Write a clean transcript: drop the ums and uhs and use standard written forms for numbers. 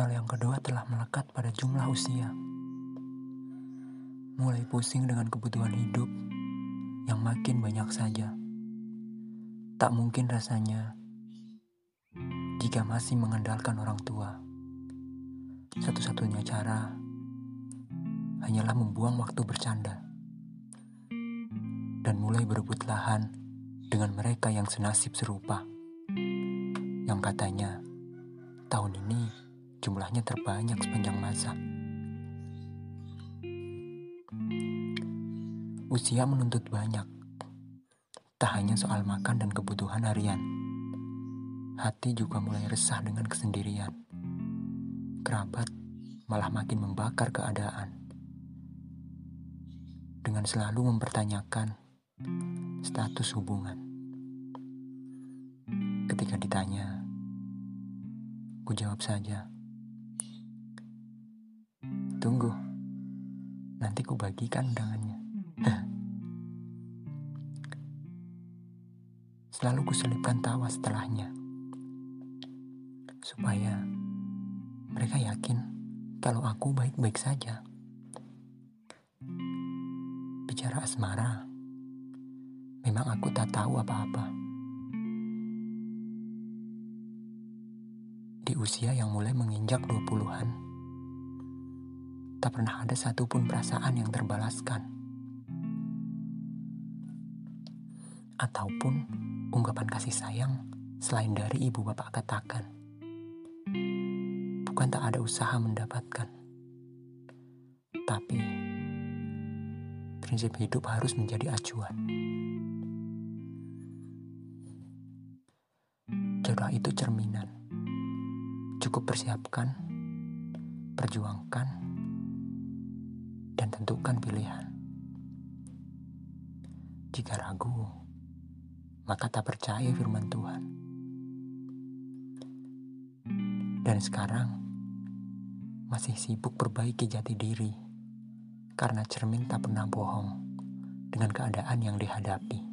Signal yang kedua telah melekat pada jumlah usia. Mulai pusing dengan kebutuhan hidup yang makin banyak saja. Tak mungkin rasanya jika masih mengandalkan orang tua. Satu-satunya cara hanyalah membuang waktu bercanda dan mulai berebut lahan dengan mereka yang senasib serupa. Yang katanya tahun ini jumlahnya terbanyak sepanjang masa. Usia menuntut banyak, tak hanya soal makan dan kebutuhan harian. Hati juga mulai resah dengan kesendirian. Kerabat malah makin membakar keadaan dengan selalu mempertanyakan status hubungan. Ketika ditanya, ku jawab saja, tunggu, nanti ku bagikan undangannya. Selalu kuselipkan tawa setelahnya, supaya mereka yakin kalau aku baik-baik saja. Bicara asmara, memang aku tak tahu apa-apa. Di usia yang mulai menginjak 20-an, tak pernah ada satupun perasaan yang terbalaskan. Ataupun ungkapan kasih sayang selain dari ibu bapak katakan. Bukan tak ada usaha mendapatkan, tapi prinsip hidup harus menjadi acuan. Jodoh itu cerminan. Cukup persiapkan, perjuangkan, dan tentukan pilihan. Jika ragu, maka tak percaya firman Tuhan. Dan sekarang masih sibuk perbaiki jati diri karena cermin tak pernah bohong dengan keadaan yang dihadapi.